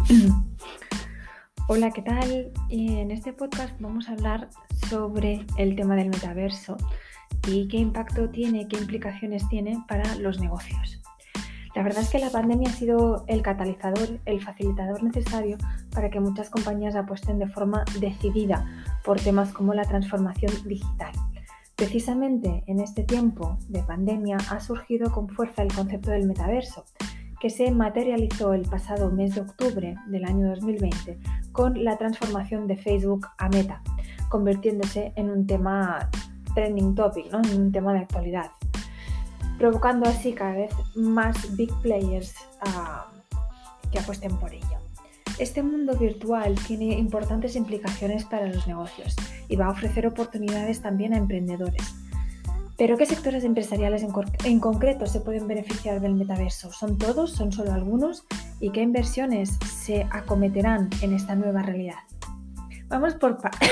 Hola, ¿qué tal? En este podcast vamos a hablar sobre el tema del metaverso y qué impacto tiene, qué implicaciones tiene para los negocios. La verdad es que la pandemia ha sido el catalizador, el facilitador necesario para que muchas compañías apuesten de forma decidida por temas como la transformación digital. Precisamente en este tiempo de pandemia ha surgido con fuerza el concepto del metaverso, que se materializó el pasado mes de octubre del año 2020 con la transformación de Facebook a Meta, convirtiéndose en un tema trending topic, ¿no? En un tema de actualidad, provocando así cada vez más big players que apuesten por ello. Este mundo virtual tiene importantes implicaciones para los negocios y va a ofrecer oportunidades también a emprendedores. ¿Pero qué sectores empresariales en concreto se pueden beneficiar del metaverso? ¿Son todos? ¿Son solo algunos? ¿Y qué inversiones se acometerán en esta nueva realidad? Vamos por partes.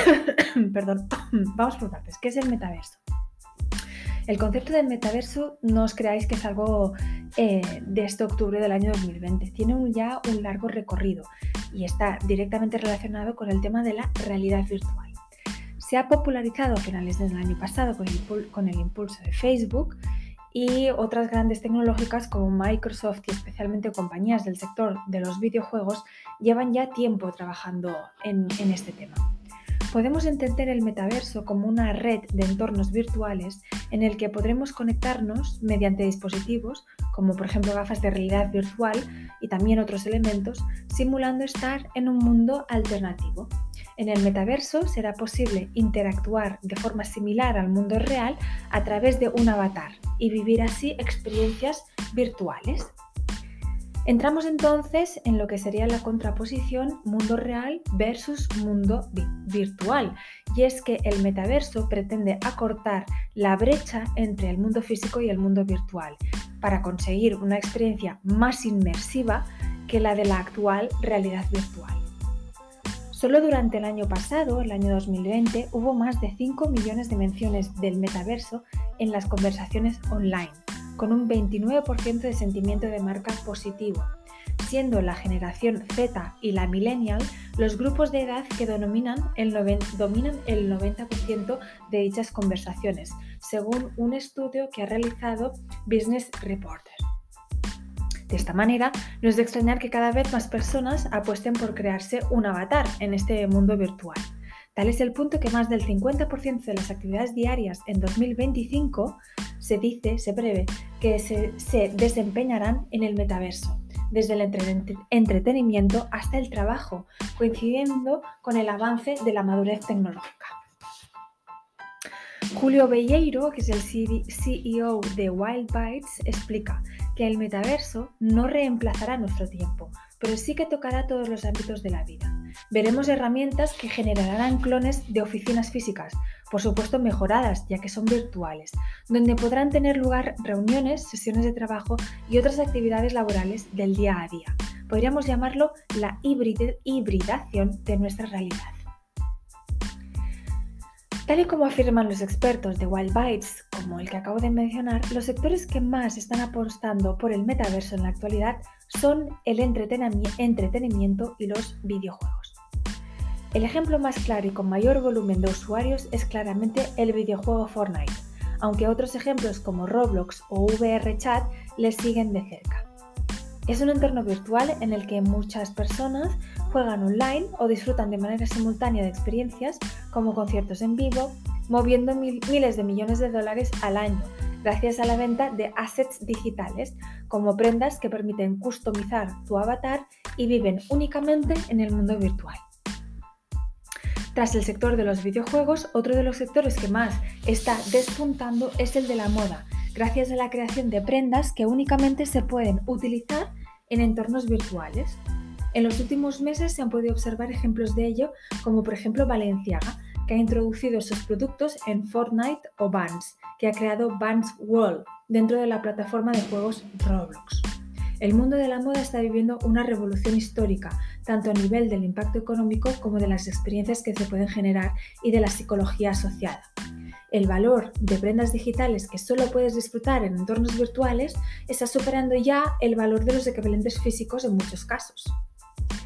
¿Qué es el metaverso? El concepto del metaverso, no os creáis que es algo de este octubre del año 2020. Tiene ya un largo recorrido y está directamente relacionado con el tema de la realidad virtual. Se ha popularizado a finales del año pasado con el impulso de Facebook y otras grandes tecnológicas como Microsoft y especialmente compañías del sector de los videojuegos llevan ya tiempo trabajando en este tema. Podemos entender el metaverso como una red de entornos virtuales en el que podremos conectarnos mediante dispositivos, como por ejemplo gafas de realidad virtual y también otros elementos, simulando estar en un mundo alternativo. En el metaverso será posible interactuar de forma similar al mundo real a través de un avatar y vivir así experiencias virtuales. Entramos entonces en lo que sería la contraposición mundo real versus mundo virtual, y es que el metaverso pretende acortar la brecha entre el mundo físico y el mundo virtual para conseguir una experiencia más inmersiva que la de la actual realidad virtual. Solo durante el año pasado, el año 2020, hubo más de 5 millones de menciones del metaverso en las conversaciones online, con un 29% de sentimiento de marca positivo, siendo la generación Z y la millennial los grupos de edad que dominan el 90% de dichas conversaciones, según un estudio que ha realizado Business Reporter. De esta manera, no es de extrañar que cada vez más personas apuesten por crearse un avatar en este mundo virtual. Tal es el punto que más del 50% de las actividades diarias en 2025 se prevé que se desempeñarán en el metaverso, desde el entretenimiento hasta el trabajo, coincidiendo con el avance de la madurez tecnológica. Julio Belleiro, que es el CEO de Wild Bytes, explica que el metaverso no reemplazará nuestro tiempo, pero sí que tocará todos los ámbitos de la vida. Veremos herramientas que generarán clones de oficinas físicas, por supuesto mejoradas, ya que son virtuales, donde podrán tener lugar reuniones, sesiones de trabajo y otras actividades laborales del día a día. Podríamos llamarlo la hibridación de nuestra realidad. Tal y como afirman los expertos de Wild Bytes, como el que acabo de mencionar, los sectores que más están apostando por el metaverso en la actualidad son el entretenimiento y los videojuegos. El ejemplo más claro y con mayor volumen de usuarios es claramente el videojuego Fortnite, aunque otros ejemplos como Roblox o VRChat les siguen de cerca. Es un entorno virtual en el que muchas personas juegan online o disfrutan de manera simultánea de experiencias como conciertos en vivo, moviendo miles de millones de dólares al año, gracias a la venta de assets digitales, como prendas que permiten customizar tu avatar y viven únicamente en el mundo virtual. Tras el sector de los videojuegos, otro de los sectores que más está despuntando es el de la moda, gracias a la creación de prendas que únicamente se pueden utilizar en entornos virtuales. En los últimos meses se han podido observar ejemplos de ello, como por ejemplo Balenciaga, que ha introducido sus productos en Fortnite, o Vans, que ha creado Vans World dentro de la plataforma de juegos Roblox. El mundo de la moda está viviendo una revolución histórica, tanto a nivel del impacto económico como de las experiencias que se pueden generar y de la psicología asociada. El valor de prendas digitales que solo puedes disfrutar en entornos virtuales está superando ya el valor de los equivalentes físicos en muchos casos.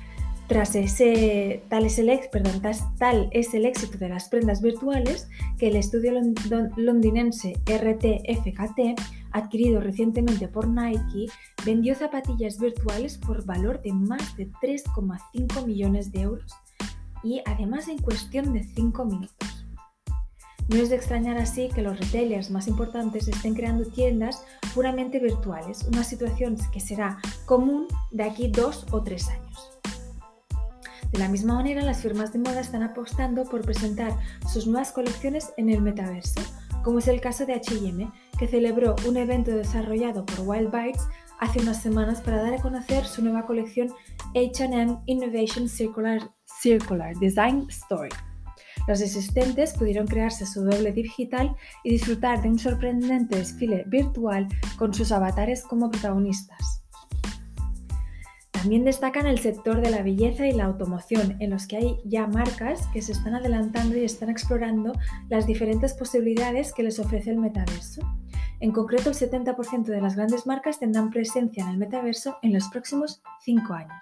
Tal es el éxito de las prendas virtuales que el estudio londinense RTFKT, adquirido recientemente por Nike, vendió zapatillas virtuales por valor de más de 3,5 millones de euros y además en cuestión de 5 minutos. No es de extrañar así que los retailers más importantes estén creando tiendas puramente virtuales, una situación que será común de aquí 2 o 3 años. De la misma manera, las firmas de moda están apostando por presentar sus nuevas colecciones en el metaverso, como es el caso de H&M, que celebró un evento desarrollado por Wild Bytes hace unas semanas para dar a conocer su nueva colección H&M Innovation Circular Design Story. Los asistentes pudieron crearse su doble digital y disfrutar de un sorprendente desfile virtual con sus avatares como protagonistas. También destacan el sector de la belleza y la automoción, en los que hay ya marcas que se están adelantando y están explorando las diferentes posibilidades que les ofrece el metaverso. En concreto, el 70% de las grandes marcas tendrán presencia en el metaverso en los próximos 5 años.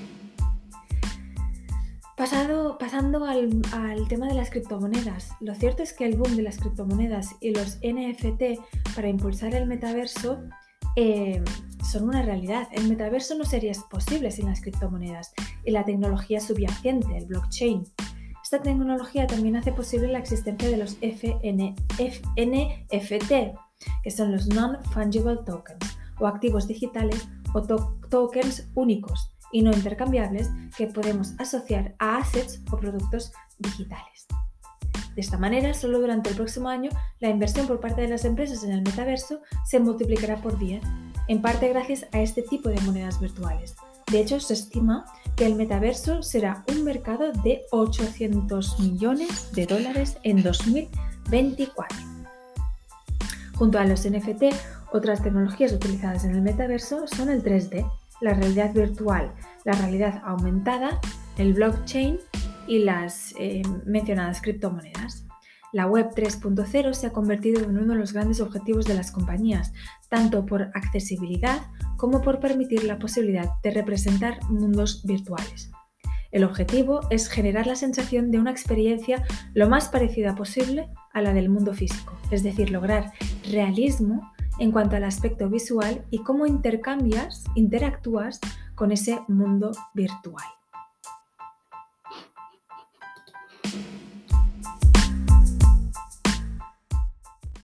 Pasando al tema de las criptomonedas, lo cierto es que el boom de las criptomonedas y los NFT para impulsar el metaverso son una realidad. El metaverso no sería posible sin las criptomonedas y la tecnología subyacente, el blockchain. Esta tecnología también hace posible la existencia de los NFT, que son los Non-Fungible Tokens, o activos digitales o tokens únicos y no intercambiables que podemos asociar a assets o productos digitales. De esta manera, solo durante el próximo año, la inversión por parte de las empresas en el metaverso se multiplicará por 10, en parte gracias a este tipo de monedas virtuales. De hecho, se estima que el metaverso será un mercado de $800 millones en 2024. Junto a los NFT, otras tecnologías utilizadas en el metaverso son el 3D, la realidad virtual, la realidad aumentada, el blockchain y las mencionadas criptomonedas. La Web 3.0 se ha convertido en uno de los grandes objetivos de las compañías, tanto por accesibilidad como por permitir la posibilidad de representar mundos virtuales. El objetivo es generar la sensación de una experiencia lo más parecida posible a la del mundo físico, es decir, lograr realismo en cuanto al aspecto visual y cómo interactúas con ese mundo virtual.